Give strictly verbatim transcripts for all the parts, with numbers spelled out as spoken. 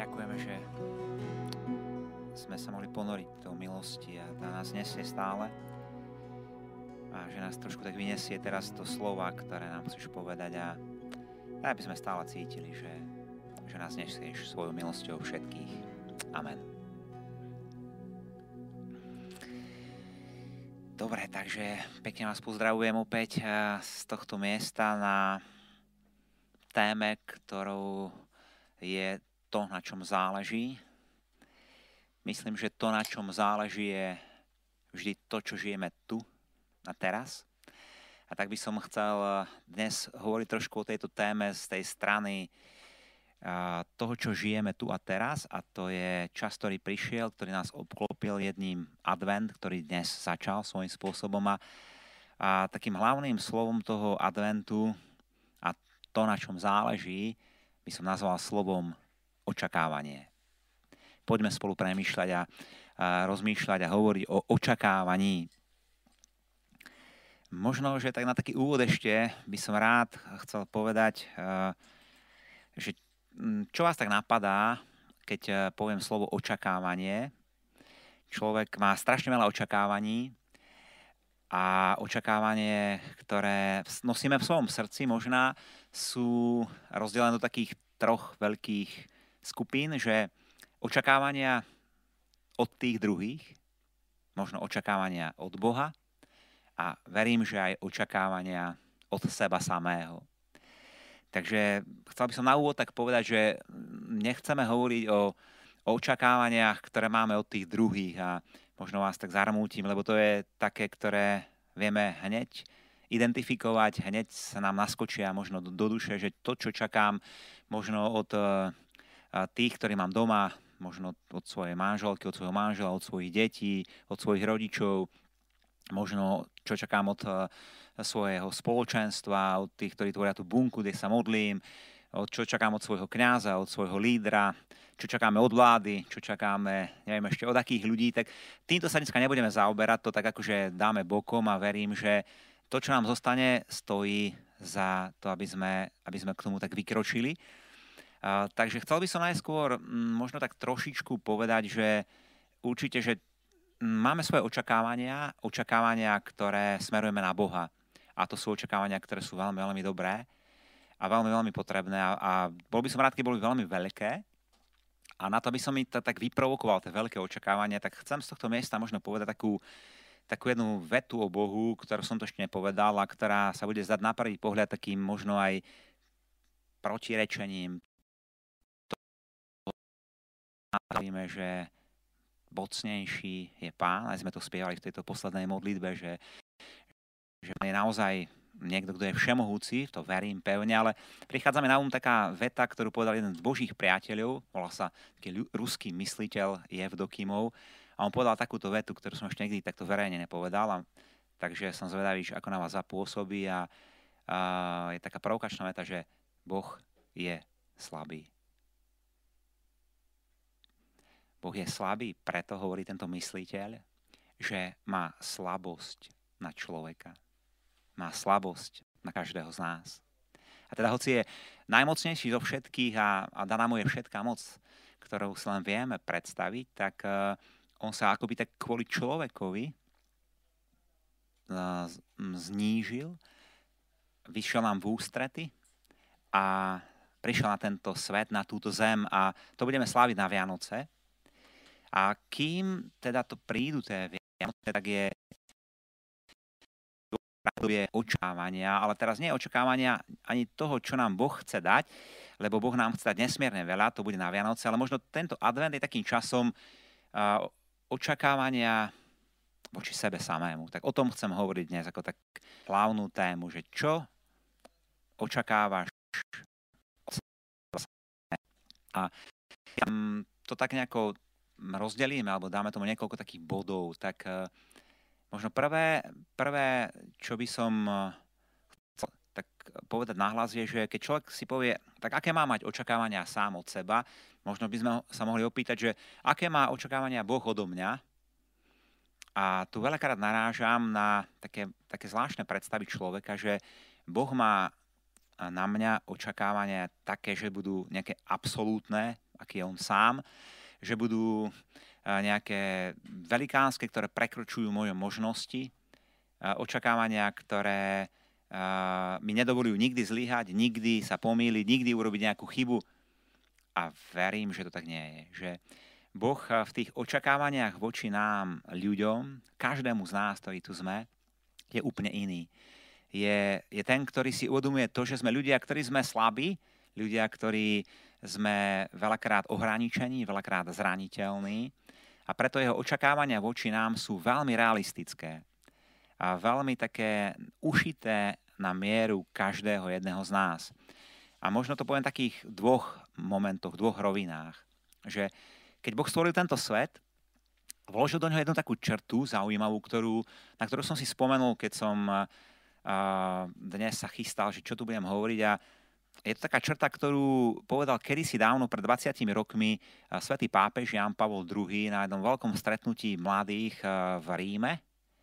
ďakujeme, že sme sa mohli ponoriť do milosti a tá nás nesie stále a že nás trošku tak vyniesie teraz do slova, ktoré nám chceš povedať a aby sme stále cítili, že, že nás nesieš svojou milosťou všetkých. Amen. Dobre, takže pekne vás pozdravujem opäť z tohto miesta na téme, ktorou je to, na čom záleží. Myslím, že to, na čom záleží, je vždy to, čo žijeme tu a teraz. A tak by som chcel dnes hovoriť trošku o tejto téme z tej strany toho, čo žijeme tu a teraz. A to je čas, ktorý prišiel, ktorý nás obklopil jedným advent, ktorý dnes začal svojím spôsobom. A, a takým hlavným slovom toho adventu a to, na čom záleží, by som nazval slovom očakávanie. Poďme spolu premýšľať a, a rozmýšľať a hovoriť o očakávaní. Možno, že tak na taký úvod ešte by som rád chcel povedať, že čo vás tak napadá, keď poviem slovo očakávanie. Človek má strašne veľa očakávaní a očakávanie, ktoré nosíme v svojom srdci, možná sú rozdelené do takých troch veľkých skupín, že očakávania od tých druhých, možno očakávania od Boha a verím, že aj očakávania od seba samého. Takže chcel by som na úvod tak povedať, že nechceme hovoriť o, o očakávaniach, ktoré máme od tých druhých a možno vás tak zarmútim, lebo to je také, ktoré vieme hneď identifikovať, hneď sa nám naskočia možno do, do duše, že to, čo čakám možno od uh, tých, ktorí mám doma, možno od svojej manželky, od svojho manžela, od svojich detí, od svojich rodičov, možno čo čakám od uh, svojho spoločenstva, od tých, ktorí tvoria tú bunku, kde sa modlím, od čo čakám od svojho kňaza, od svojho lídra, čo čakáme od vlády, čo čakáme, neviem ešte od akých ľudí, tak týmto sa dneska nebudeme zaoberať, to tak akože dáme bokom a verím, že to, čo nám zostane, stojí za to, aby sme, aby sme k tomu tak vykročili. Uh, takže chcel by som najskôr m, možno tak trošičku povedať, že určite, že máme svoje očakávania, očakávania, ktoré smerujeme na Boha. A to sú očakávania, ktoré sú veľmi, veľmi dobré a veľmi, veľmi potrebné. A, a bol by som rád, keď boli veľmi veľké. A na to, aby som mi to tak vyprovokoval, tie veľké očakávania, tak chcem z tohto miesta možno povedať takú takú jednu vetu o Bohu, ktorú som to ešte nepovedal a ktorá sa bude zdať na prvý pohľad takým možno aj protirečením. Víme, že mocnejší je Pán, aj sme to spievali v tejto poslednej modlitbe, že, že je naozaj niekto, kto je všemohúci, to verím pevne, ale prichádzame na um taká veta, ktorú povedal jeden z Božích priateľov, volá sa taký ruský mysliteľ Jevdokimov, a on povedal takúto vetu, ktorú som ešte nikdy takto verejne nepovedal, a, takže som zvedavý, ako na vás zapôsobí a, a je taká provokačná veta, že Boh je slabý. Boh je slabý, preto hovorí tento mysliteľ, že má slabosť na človeka. Má slabosť na každého z nás. A teda hoci je najmocnejší zo všetkých a, a daná mu je všetká moc, ktorou si len vieme predstaviť, tak uh, on sa akoby tak kvôli človekovi uh, znížil, vyšiel nám v ústrety a prišiel na tento svet, na túto zem a to budeme sláviť na Vianoce. A kým teda to prídu tie Vianoce, tak je je očakávania, ale teraz nie očakávania ani toho, čo nám Boh chce dať, lebo Boh nám chce dať nesmierne veľa, to bude na Vianoce, ale možno tento advent je takým časom uh, očakávania voči sebe samému. Tak o tom chcem hovoriť dnes ako tak hlavnú tému, že čo očakávaš od seba. A um, to tak nejako rozdelíme, alebo dáme tomu niekoľko takých bodov, tak uh, možno prvé, prvé, čo by som chcel tak povedať nahlas, je, že keď človek si povie, tak aké má mať očakávania sám od seba, možno by sme sa mohli opýtať, že aké má očakávania Boh odo mňa. A tu veľakrát narážam na také, také zvláštne predstavy človeka, že Boh má na mňa očakávania také, že budú nejaké absolútne aký je on sám, že budú nejaké velikánske, ktoré prekročujú moje možnosti, očakávania, ktoré mi nedovolujú nikdy zlyhať, nikdy sa pomýliť, nikdy urobiť nejakú chybu. A verím, že to tak nie je. Že Boh v tých očakávaniach voči nám, ľuďom, každému z nás, ktorí tu sme, je úplne iný. Je, je ten, ktorý si uvedomuje to, že sme ľudia, ktorí sme slabí, ľudia, ktorí sme veľakrát ohraničení, veľakrát zraniteľní a preto jeho očakávania voči nám sú veľmi realistické a veľmi také ušité na mieru každého jedného z nás. A možno to poviem v takých dvoch momentoch, dvoch rovinách, že keď Boh stvoril tento svet, vložil do neho jednu takú črtu zaujímavú, ktorú, na ktorú som si spomenul, keď som uh, dnes sa chystal, že čo tu budem hovoriť. A je to taká črta, ktorú povedal kedysi dávno, pred dvadsiatimi rokmi, uh, svätý pápež Ján Pavol druhý. Na jednom veľkom stretnutí mladých uh, v Ríme.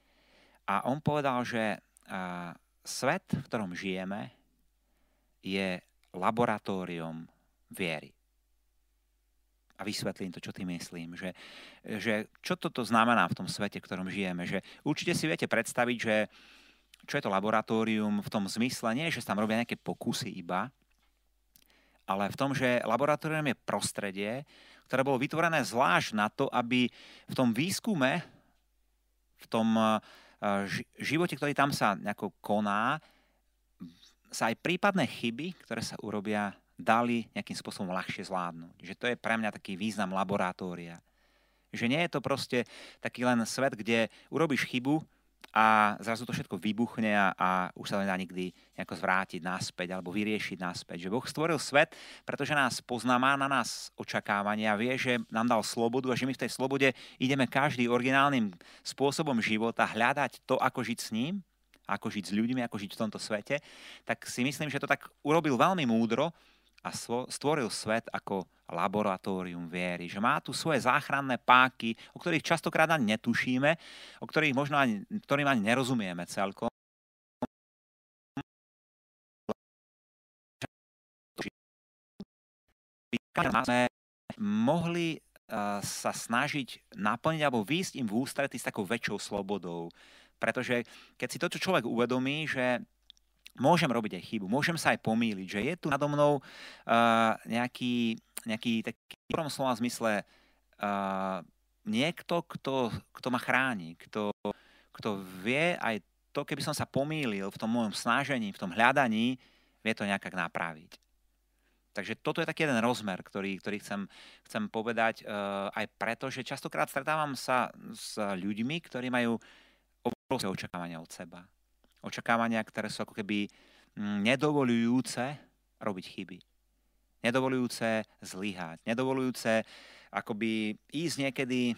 A on povedal, že uh, svet, v ktorom žijeme, je laboratórium viery. A vysvetlím to, čo tým myslím. Že, že čo toto znamená v tom svete, v ktorom žijeme. Že určite si viete predstaviť, že čo je to laboratórium v tom zmysle, nie, že sa tam robia nejaké pokusy iba, ale v tom, že laboratórium je prostredie, ktoré bolo vytvorené zvlášť na to, aby v tom výskume, v tom živote, ktorý tam sa nejako koná, sa aj prípadné chyby, ktoré sa urobia, dali nejakým spôsobom ľahšie zvládnuť. Že to je pre mňa taký význam laboratória. Že nie je to proste taký len svet, kde urobíš chybu a zrazu to všetko vybuchne a, a už sa to nedá nikdy nejako zvrátiť naspäť alebo vyriešiť naspäť. Že Boh stvoril svet, pretože nás pozná, má na nás očakávania, vie, že nám dal slobodu a že my v tej slobode ideme každý originálnym spôsobom života hľadať to, ako žiť s ním, ako žiť s ľuďmi, ako žiť v tomto svete. Tak si myslím, že to tak urobil veľmi múdro, a stvoril svet ako laboratórium viery. Že má tu svoje záchranné páky, o ktorých častokrát ani netušíme, o ktorých možno ani, ktorým ani nerozumieme celkom. Sme mohli uh, sa snažiť naplniť alebo výjsť im v ústrety s takou väčšou slobodou. Pretože keď si toto človek uvedomí, že môžem robiť aj chybu, môžem sa aj pomýliť, že je tu nado mnou uh, nejaký, nejaký taký v prvom slova zmysle uh, niekto, kto, kto ma chráni, kto, kto vie aj to, keby som sa pomýlil v tom môjom snažení, v tom hľadaní, vie to nejak napraviť. Takže toto je taký jeden rozmer, ktorý, ktorý chcem, chcem povedať uh, aj preto, že častokrát stretávam sa s ľuďmi, ktorí majú obrovské očakávania od seba. Očakávania, ktoré sú ako keby nedovolujúce robiť chyby. Nedovolujúce zlyhať. Nedovolujúce akoby ísť niekedy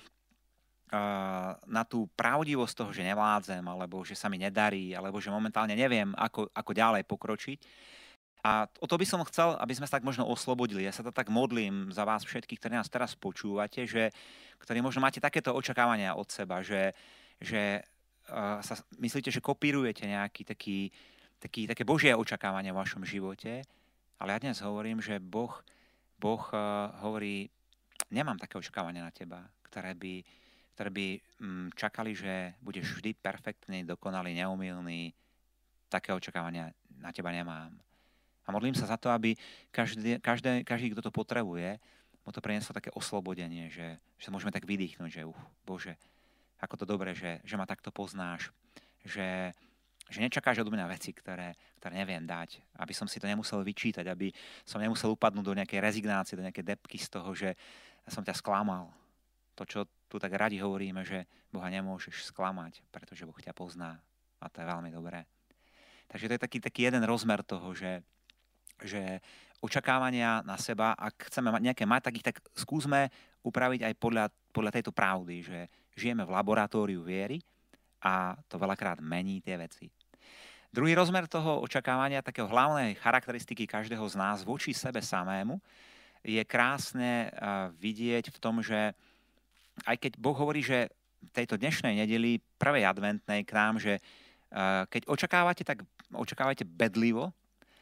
uh, na tú pravdivosť toho, že nevládzem, alebo že sa mi nedarí, alebo že momentálne neviem, ako, ako ďalej pokročiť. A o to by som chcel, aby sme sa tak možno oslobodili. Ja sa to tak modlím za vás všetkých, ktorí nás teraz počúvate, že, ktorí možno máte takéto očakávania od seba, že, že sa myslíte, že kopírujete nejaký taký, taký, také Božie očakávanie v vašom živote, ale ja dnes hovorím, že Boh, boh uh, hovorí, nemám také očakávania na teba, ktoré by, ktoré by um, čakali, že budeš vždy perfektný, dokonalý, neumylný. Také očakávania na teba nemám. A modlím sa za to, aby každý, každý, každý kto to potrebuje, mu to prinieslo také oslobodenie, že, že sa môžeme tak vydýchnuť, že uh, Bože, ako to dobre, že, že ma takto poznáš, že, že nečakáš od mňa veci, ktoré, ktoré neviem dať, aby som si to nemusel vyčítať, aby som nemusel upadnúť do nejakej rezignácie, do nejakej depky z toho, že som ťa sklamal. To, čo tu tak radi hovoríme, že Boha nemôžeš sklamať, pretože Boh ťa pozná a to je veľmi dobré. Takže to je taký, taký jeden rozmer toho, že, že očakávania na seba, ak chceme nejaké mať, tak ich tak skúsme upraviť aj podľa, podľa tejto pravdy, že žijeme v laboratóriu viery a to veľakrát mení tie veci. Druhý rozmer toho očakávania, takého hlavnej charakteristiky každého z nás voči sebe samému, je krásne vidieť v tom, že aj keď Boh hovorí, že v tejto dnešnej nedeli, prvej adventnej k nám, že keď očakávate, tak očakávajte bedlivo,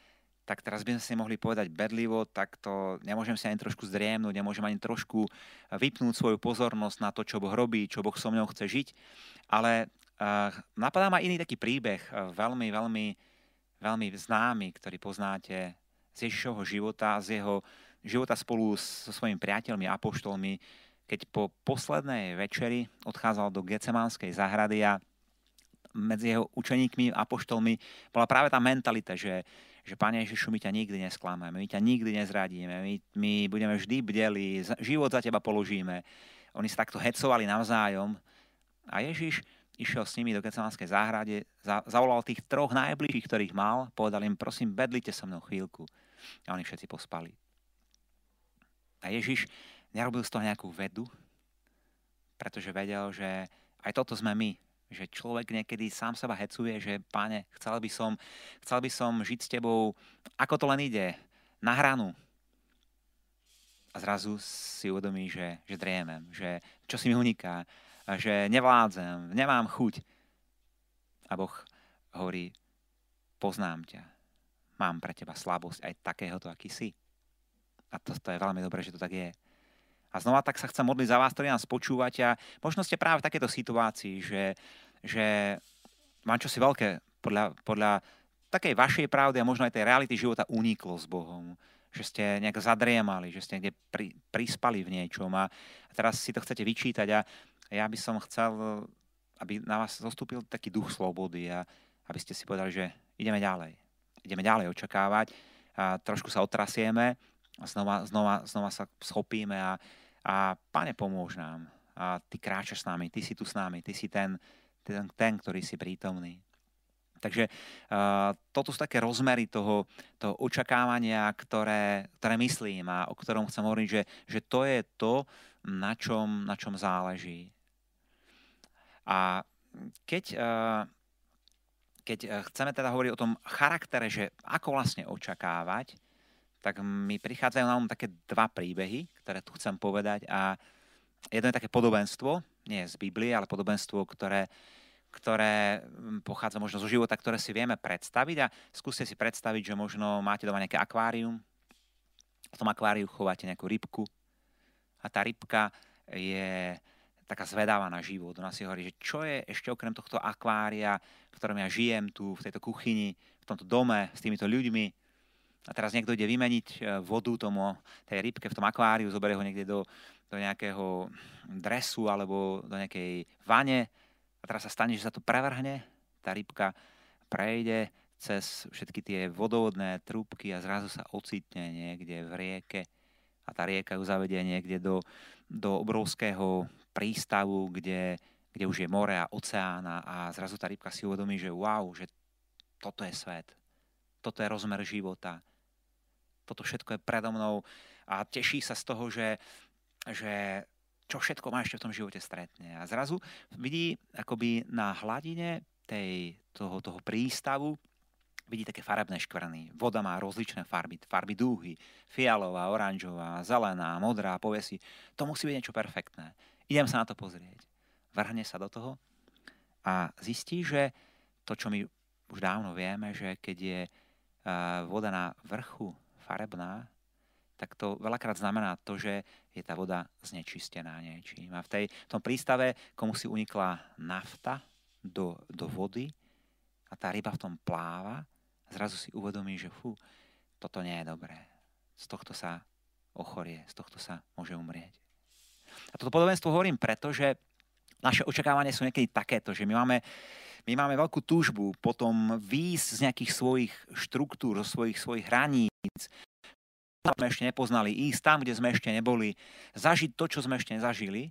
tak teraz by sme si mohli povedať bedlivo, tak to nemôžem si ani trošku zdriemnúť, nemôžem ani trošku vypnúť svoju pozornosť na to, čo Boh robí, čo Boh so mnou chce žiť. Ale uh, napadá ma iný taký príbeh, uh, veľmi, veľmi, veľmi známy, ktorý poznáte z Ježišovho života, z jeho života spolu so svojimi priateľmi, apoštolmi, keď po poslednej večeri odchádzal do Getsemánskej záhrady a medzi jeho učeníkmi, apoštolmi bola práve tá mentalita, že že Pane Ježišu, my ťa nikdy nesklameme, my ťa nikdy nezradíme, my, my budeme vždy bdeli, život za teba položíme. Oni sa takto hecovali navzájom a Ježiš išiel s nimi do Getsemanskej záhrade, za, zavolal tých troch najbližších, ktorých mal, povedal im, prosím, bedlite so mnou chvíľku. A oni všetci pospali. A Ježiš nerobil z toho nejakú vedu, pretože vedel, že aj toto sme my, že človek niekedy sám seba hecuje, že Pane, chcel by som, chcel by som žiť s tebou, ako to len ide, na hranu. A zrazu si uvedomí, že, že driemem, že čo si mi uniká, že nevládzem, nemám chuť. A Boh hovorí, poznám ťa, mám pre teba slabosť aj takéhoto, aký si. A to, to je veľmi dobré, že to tak je. A znova tak sa chcem modliť za vás, ktorí nás počúvate a možno ste práve v takéto situácii, že, že vám čosi veľké podľa, podľa takej vašej pravdy a možno aj tej reality života uniklo s Bohom. Že ste nejak zadriemali, že ste niekde pri, prispali v niečom a, a teraz si to chcete vyčítať a ja by som chcel, aby na vás zostúpil taký duch slobody a aby ste si povedali, že ideme ďalej. Ideme ďalej očakávať a trošku sa otrasieme a znova, znova, znova sa schopíme a, a Pane, pomôž nám. A ty kráčaš s nami, ty si tu s nami, ty si ten, ten, ten ktorý si prítomný. Takže uh, toto sú také rozmery toho, toho očakávania, ktoré, ktoré myslím a o ktorom chcem hovoriť, že, že to je to, na čom, na čom záleží. A keď, uh, keď chceme teda hovoriť o tom charaktere, že ako vlastne očakávať, tak mi prichádzajú na um také dva príbehy, ktoré tu chcem povedať a jedno je také podobenstvo, nie z Biblie, ale podobenstvo, ktoré, ktoré pochádza možno zo života, ktoré si vieme predstaviť a skúste si predstaviť, že možno máte doma nejaké akvárium, v tom akváriu chováte nejakú rybku a tá rybka je taká zvedáva na život. Ona si hovorí, že čo je ešte okrem tohto akvária, v ktorom ja žijem tu, v tejto kuchyni, v tomto dome, s týmito ľuďmi. A teraz niekto ide vymeniť vodu tomu, tej rybke v tom akváriu, zoberie ho niekde do, do nejakého dresu alebo do nejakej vane. A teraz sa stane, že sa to prevrhne, tá rybka prejde cez všetky tie vodovodné trúbky a zrazu sa ocitne niekde v rieke. A tá rieka ju zavedie niekde do, do obrovského prístavu, kde, kde už je more a oceán a zrazu tá rybka si uvedomí, že wow, že toto je svet. Toto je rozmer života. Toto všetko je predo mnou a teší sa z toho, že, že čo všetko má ešte v tom živote stretne. A zrazu vidí akoby na hladine tej, toho, toho prístavu vidí také farebné škvrny. Voda má rozličné farby, farby dúhy, fialová, oranžová, zelená, modrá, povie si, to musí byť niečo perfektné. Idem sa na to pozrieť. Vrhne sa do toho a zistí, že to, čo my už dávno vieme, že keď je voda na vrchu farebná, tak to veľakrát znamená to, že je tá voda znečistená niečím. A v, tej, v tom prístave komu si unikla nafta do, do vody a tá ryba v tom pláva a zrazu si uvedomí, že fú, toto nie je dobré. Z tohto sa ochorie, z tohto sa môže umrieť. A toto podobenstvo hovorím preto, že naše očakávania sú niekedy takéto, že my máme My máme veľkú túžbu potom výjsť z nejakých svojich štruktúr, zo svojich, svojich hraníc, tam sme ešte nepoznali, ísť tam, kde sme ešte neboli, zažiť to, čo sme ešte nezažili.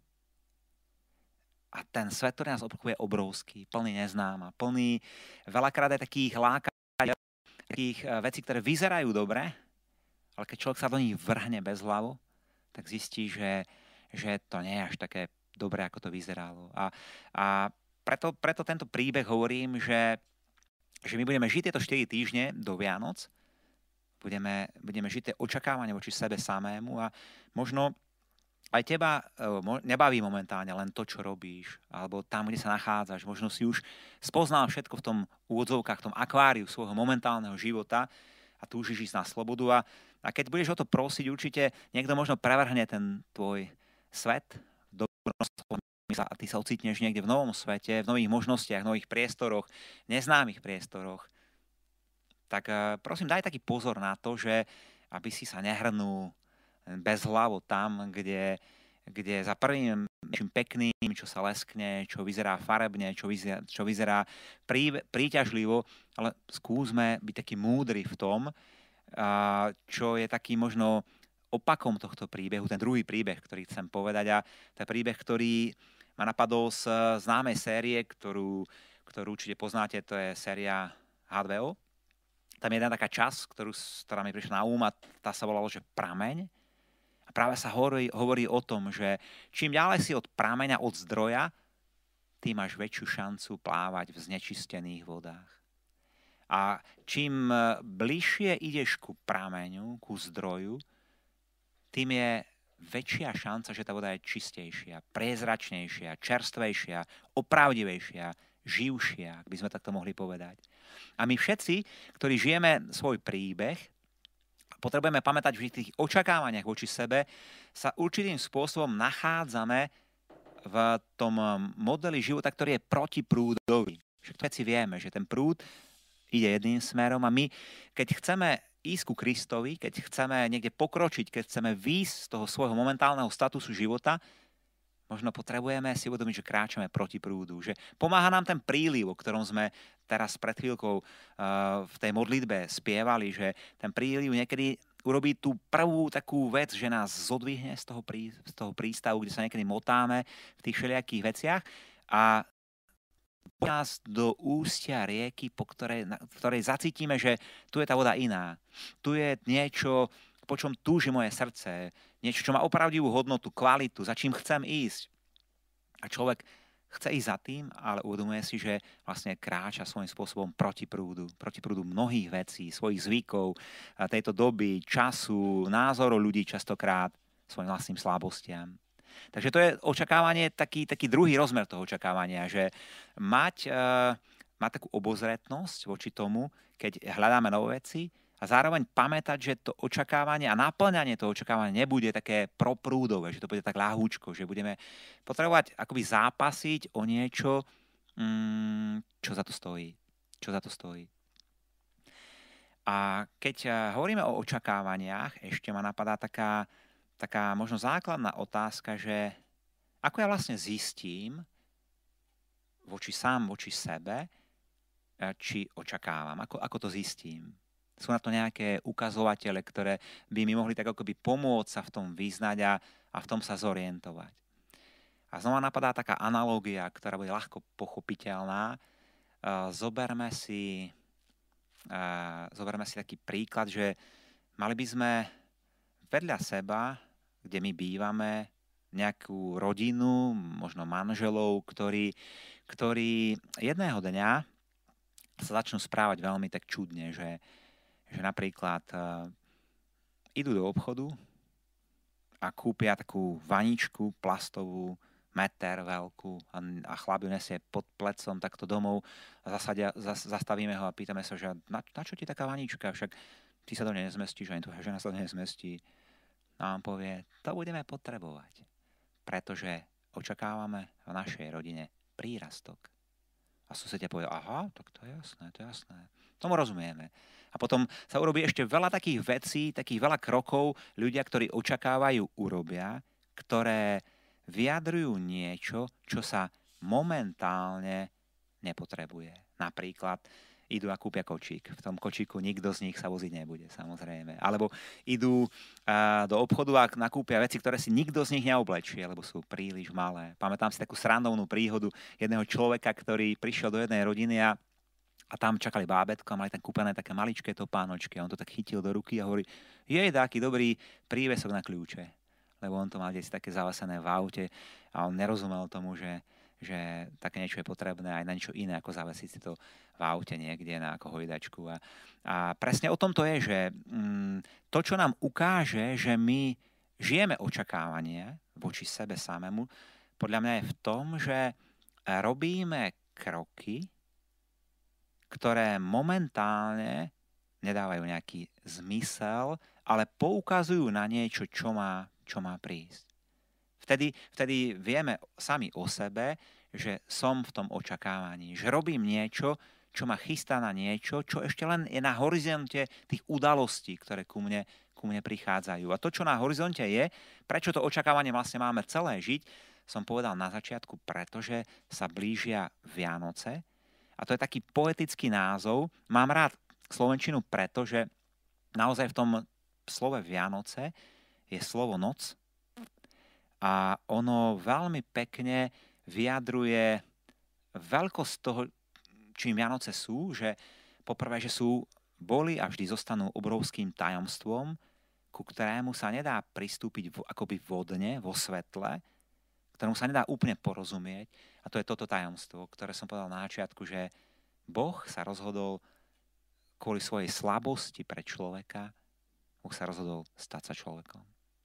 A ten svet, ktorý nás obklopuje, je obrovský, plný neznáma, plný veľakrát aj takých lákav, takých vecí, ktoré vyzerajú dobre, ale keď človek sa do nich vrhne bez hlavu, tak zistí, že, že to nie je až také dobré, ako to vyzeralo. A, a Preto, preto tento príbeh hovorím, že, že my budeme žiť tieto štyri týždne do Vianoc, budeme, budeme žiť tie očakávania voči sebe samému a možno aj teba nebaví momentálne len to, čo robíš, alebo tam, kde sa nachádzaš. Možno si už spoznal všetko v tom úvodzovkách, v tom akváriu svojho momentálneho života a túžiš ísť na slobodu. A, a keď budeš o to prosiť, určite niekto možno prevrhne ten tvoj svet v dobrom a ty sa ocitneš niekde v novom svete, v nových možnostiach, v nových priestoroch, neznámych priestoroch. Tak prosím, daj taký pozor na to, že aby si sa nehrnul bezhlavo tam, kde, kde za prvým niečím pekným, čo sa leskne, čo vyzerá farebne, čo vyzerá, čo vyzerá prí, príťažlivo, ale skúsme byť taký múdry v tom, čo je taký možno opakom tohto príbehu, ten druhý príbeh, ktorý chcem povedať. A to je príbeh, ktorý ma napadol z známej série, ktorú, ktorú určite poznáte, to je séria há dvé ó. Tam je jedna taká časť, ktorú, ktorá mi prišla na úm a tá sa volala, že prameň. A práve sa hovorí, hovorí o tom, že čím ďalej si od prameňa, od zdroja, tým máš väčšiu šancu plávať v znečistených vodách. A čím bližšie ideš ku prameňu, ku zdroju, tým je väčšia šanca, že tá voda je čistejšia, priezračnejšia, čerstvejšia, opravdivejšia, živšia, ak by sme takto mohli povedať. A my všetci, ktorí žijeme svoj príbeh, potrebujeme pamätať, že v tých očakávaniach voči sebe sa určitým spôsobom nachádzame v tom modeli života, ktorý je protiprúdový. Všetci vieme, že ten prúd ide jedným smerom a my, keď chceme ísť ku Kristovi, keď chceme niekde pokročiť, keď chceme výjsť z toho svojho momentálneho statusu života, možno potrebujeme si uvedomiť, že kráčame proti prúdu, že pomáha nám ten príliv, o ktorom sme teraz pred chvíľkou uh, v tej modlitbe spievali, že ten príliv niekedy urobí tú prvú takú vec, že nás zodvihne z toho, prí, z toho prístavu, kde sa niekedy motáme v tých všelijakých veciach a nás do ústia rieky, po ktorej, v ktorej zacítime, že tu je tá voda iná. Tu je niečo, po čom túži moje srdce, niečo, čo má opravdivú hodnotu, kvalitu, za čím chcem ísť. A človek chce ísť za tým, ale uvedomuje si, že vlastne kráča svojím spôsobom proti prúdu. Proti prúdu mnohých vecí, svojich zvykov, tejto doby, času, názorov ľudí častokrát, svojim vlastným slabostiam. Takže to je očakávanie, taký, taký druhý rozmer toho očakávania, že mať, uh, mať takú obozretnosť voči tomu, keď hľadáme nové veci, a zároveň pamätať, že to očakávanie a naplňanie toho očakávania nebude také proprúdové, že to bude tak ľahúčko, že budeme potrebovať akoby zápasiť o niečo, mm, čo za to stojí. Čo za to stojí. A keď hovoríme o očakávaniach, ešte ma napadá taká, taká možno základná otázka, že ako ja vlastne zistím voči sám, voči sebe, či očakávam, ako, ako to zistím. Sú na to nejaké ukazovatele, ktoré by mi mohli tak akoby pomôcť sa v tom vyznať a, a v tom sa zorientovať. A znova napadá taká analogia, ktorá bude ľahko pochopiteľná. Uh, zoberme si, uh, zoberme si taký príklad, že mali by sme vedľa seba, kde my bývame, nejakú rodinu, možno manželov, ktorí, ktorí jedného dňa sa začnú správať veľmi tak čudne, že že napríklad uh, idú do obchodu a kúpia takú vaničku plastovú, meter veľkú a, a chlap ju nesie pod plecom takto domov a zasadia, zas, zastavíme ho a pýtame sa, že na, na čo ti taká vanička, však ty sa do nej nezmestíš, ani tvoja žena sa do nej nezmestí. A on povie, to budeme potrebovať, pretože očakávame v našej rodine prírastok. A susedia povedal, aha, tak to je jasné, to je jasné. Tomu rozumieme. A potom sa urobí ešte veľa takých vecí, takých veľa krokov ľudia, ktorí očakávajú, urobia, ktoré vyjadrujú niečo, čo sa momentálne nepotrebuje. Napríklad idú a kúpia kočík. V tom kočíku nikto z nich sa voziť nebude, samozrejme. Alebo idú uh, do obchodu a nakúpia veci, ktoré si nikto z nich neoblečie, lebo sú príliš malé. Pamätám si takú srandovnú príhodu jedného človeka, ktorý prišiel do jednej rodiny a A tam čakali bábätko a mali tam kúpené také maličké topánočky. A on to tak chytil do ruky a hovorí, jej, taký dobrý prívesok na kľúče. Lebo on to mal desi také zavasené v aute a on nerozumel tomu, že, že také niečo je potrebné aj na niečo iné, ako zavesiť si to v aute niekde na ako hojdačku. A, a presne o tom to je, že mm, to, čo nám ukáže, že my žijeme očakávanie voči sebe samému, podľa mňa je v tom, že robíme kroky, ktoré momentálne nedávajú nejaký zmysel, ale poukazujú na niečo, čo má, čo má prísť. Vtedy, vtedy vieme sami o sebe, že som v tom očakávaní, že robím niečo, čo ma chystá na niečo, čo ešte len je na horizonte tých udalostí, ktoré ku mne, ku mne prichádzajú. A to, čo na horizonte je, prečo to očakávanie vlastne máme celé žiť, som povedal na začiatku, pretože sa blížia Vianoce. A to je taký poetický názov. Mám rád slovenčinu, pretože naozaj v tom slove Vianoce je slovo noc a ono veľmi pekne vyjadruje veľkosť toho, čím Vianoce sú, že poprvé, že sú, boli a vždy zostanú obrovským tajomstvom, ku ktorému sa nedá pristúpiť v, akoby vodne, vo svetle, ktorému sa nedá úplne porozumieť. A to je toto tajomstvo, ktoré som povedal na začiatku, že Boh sa rozhodol kvôli svojej slabosti pre človeka, Boh sa rozhodol stať sa človekom.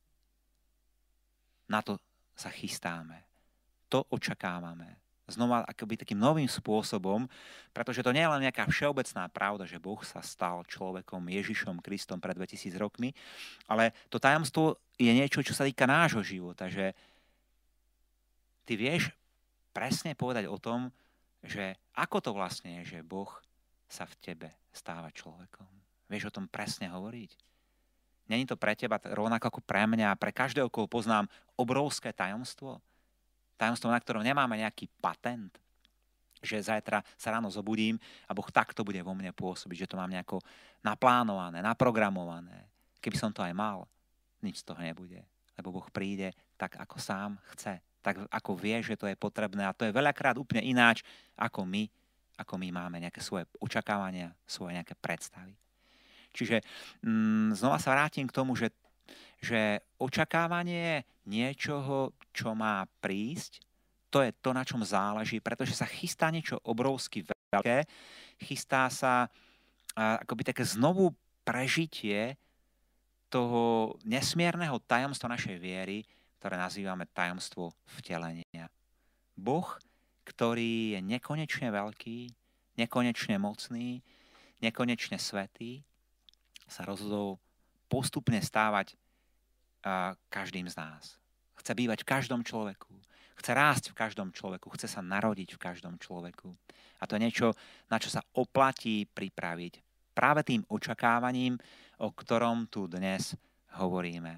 Na to sa chystáme. To očakávame. Znova akoby takým novým spôsobom, pretože to nie je len nejaká všeobecná pravda, že Boh sa stal človekom Ježišom Kristom pred dvetisíc rokmi, ale to tajomstvo je niečo, čo sa týka nášho života, že ty vieš presne povedať o tom, že ako to vlastne je, že Boh sa v tebe stáva človekom. Vieš o tom presne hovoriť? Není to pre teba rovnako ako pre mňa a pre každého, koho poznám, obrovské tajomstvo? Tajomstvo, na ktorom nemáme nejaký patent, že zajtra sa ráno zobudím a Boh takto bude vo mne pôsobiť, že to mám nejako naplánované, naprogramované. Keby som to aj mal, nič z toho nebude. Lebo Boh príde tak, ako sám chce. Tak, ako vie, že to je potrebné. A to je veľakrát úplne ináč, ako my, ako my máme nejaké svoje očakávania, svoje nejaké predstavy. Čiže mm, znova sa vrátim k tomu, že že očakávanie niečoho, čo má prísť, to je to, na čom záleží, pretože sa chystá niečo obrovsky veľké, chystá sa a, akoby také znovu prežitie toho nesmierneho tajomstva našej viery, ktoré nazývame tajomstvo vtelenia. Boh, ktorý je nekonečne veľký, nekonečne mocný, nekonečne svätý, sa rozhodol postupne stávať každým z nás. Chce bývať v každom človeku. Chce rásť v každom človeku. Chce sa narodiť v každom človeku. A to je niečo, na čo sa oplatí pripraviť. Práve tým očakávaním, o ktorom tu dnes hovoríme.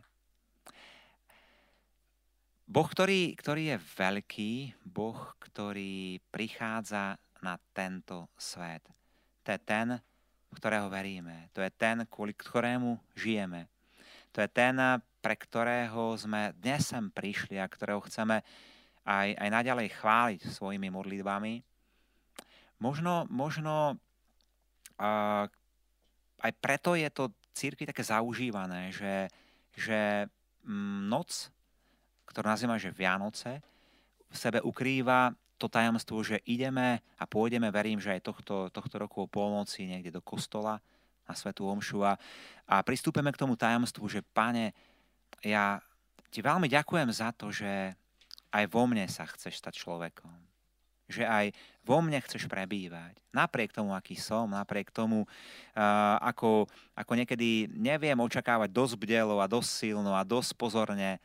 Boh, ktorý, ktorý je veľký, Boh, ktorý prichádza na tento svet. To je ten, v ktorého veríme. To je ten, kvôli ktorému žijeme. To je ten, pre ktorého sme dnes sem prišli a ktorého chceme aj, aj naďalej chváliť svojimi modlitbami. Možno, možno uh, aj preto je to cirkvi také zaužívané, že, že mm, noc, ktorú nazývame, že Vianoce, v sebe ukrýva to tajomstvo, že ideme a pôjdeme, verím, že aj tohto, tohto roku o polnoci niekde do kostola na svätú omšu a, a pristúpeme k tomu tajomstvu, že Pane, ja ti veľmi ďakujem za to, že aj vo mne sa chceš stať človekom. Že aj vo mne chceš prebývať. Napriek tomu, aký som, napriek tomu, uh, ako, ako niekedy neviem očakávať dosť bdelo a dosť silno a dosť pozorne.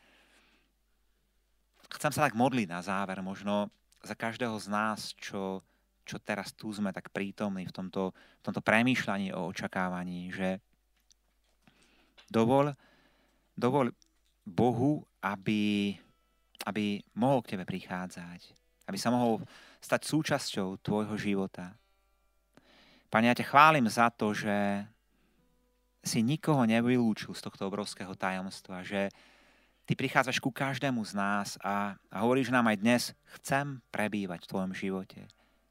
Chcem sa tak modliť na záver, možno za každého z nás, čo, čo teraz tu sme tak prítomní v tomto, v tomto premýšľaní o očakávaní, že dovol, dovol Bohu, aby, aby mohol k tebe prichádzať, aby sa mohol stať súčasťou tvojho života. Pane, ja ťa chválim za to, že si nikoho nevylúčil z tohto obrovského tajomstva, že ty prichádzaš ku každému z nás a, a hovoríš nám aj dnes, chcem prebývať v tvojom živote.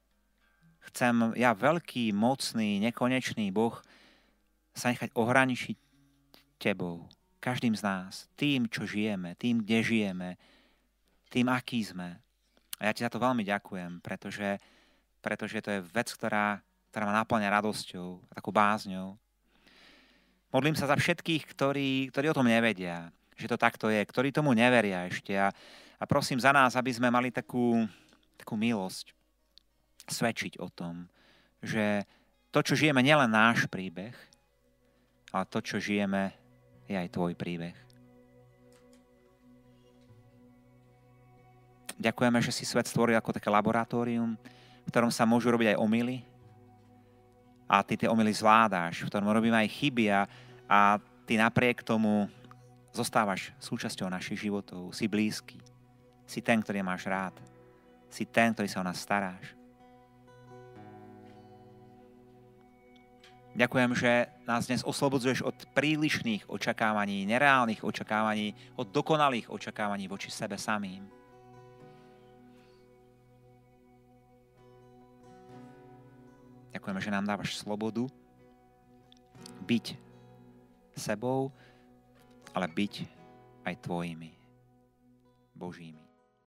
Chcem, ja veľký, mocný, nekonečný Boh, sa nechať ohraničiť tebou. Každým z nás, tým, čo žijeme, tým, kde žijeme, tým, aký sme. A ja ti za to veľmi ďakujem, pretože, pretože to je vec, ktorá, ktorá ma naplňa radosťou a takou bázňou. Modlím sa za všetkých, ktorí, ktorí o tom nevedia, že to takto je, ktorí tomu neveria ešte. A, a prosím za nás, aby sme mali takú, takú milosť svedčiť o tom, že to, čo žijeme, nie len náš príbeh, ale to, čo žijeme, je aj tvoj príbeh. Ďakujeme, že si svet stvoril ako také laboratórium, v ktorom sa môžu robiť aj omyly a ty tie omyly zvládáš, v ktorom robíme aj chyby a, a ty napriek tomu zostávaš súčasťou našich životov, si blízky, si ten, ktorý máš rád, si ten, ktorý sa o nás staráš. Ďakujem, že nás dnes oslobodzuješ od prílišných očakávaní, nereálnych očakávaní, od dokonalých očakávaní voči sebe samým. Ďakujeme, že nám dávaš slobodu byť sebou, ale byť aj tvojimi, Božími.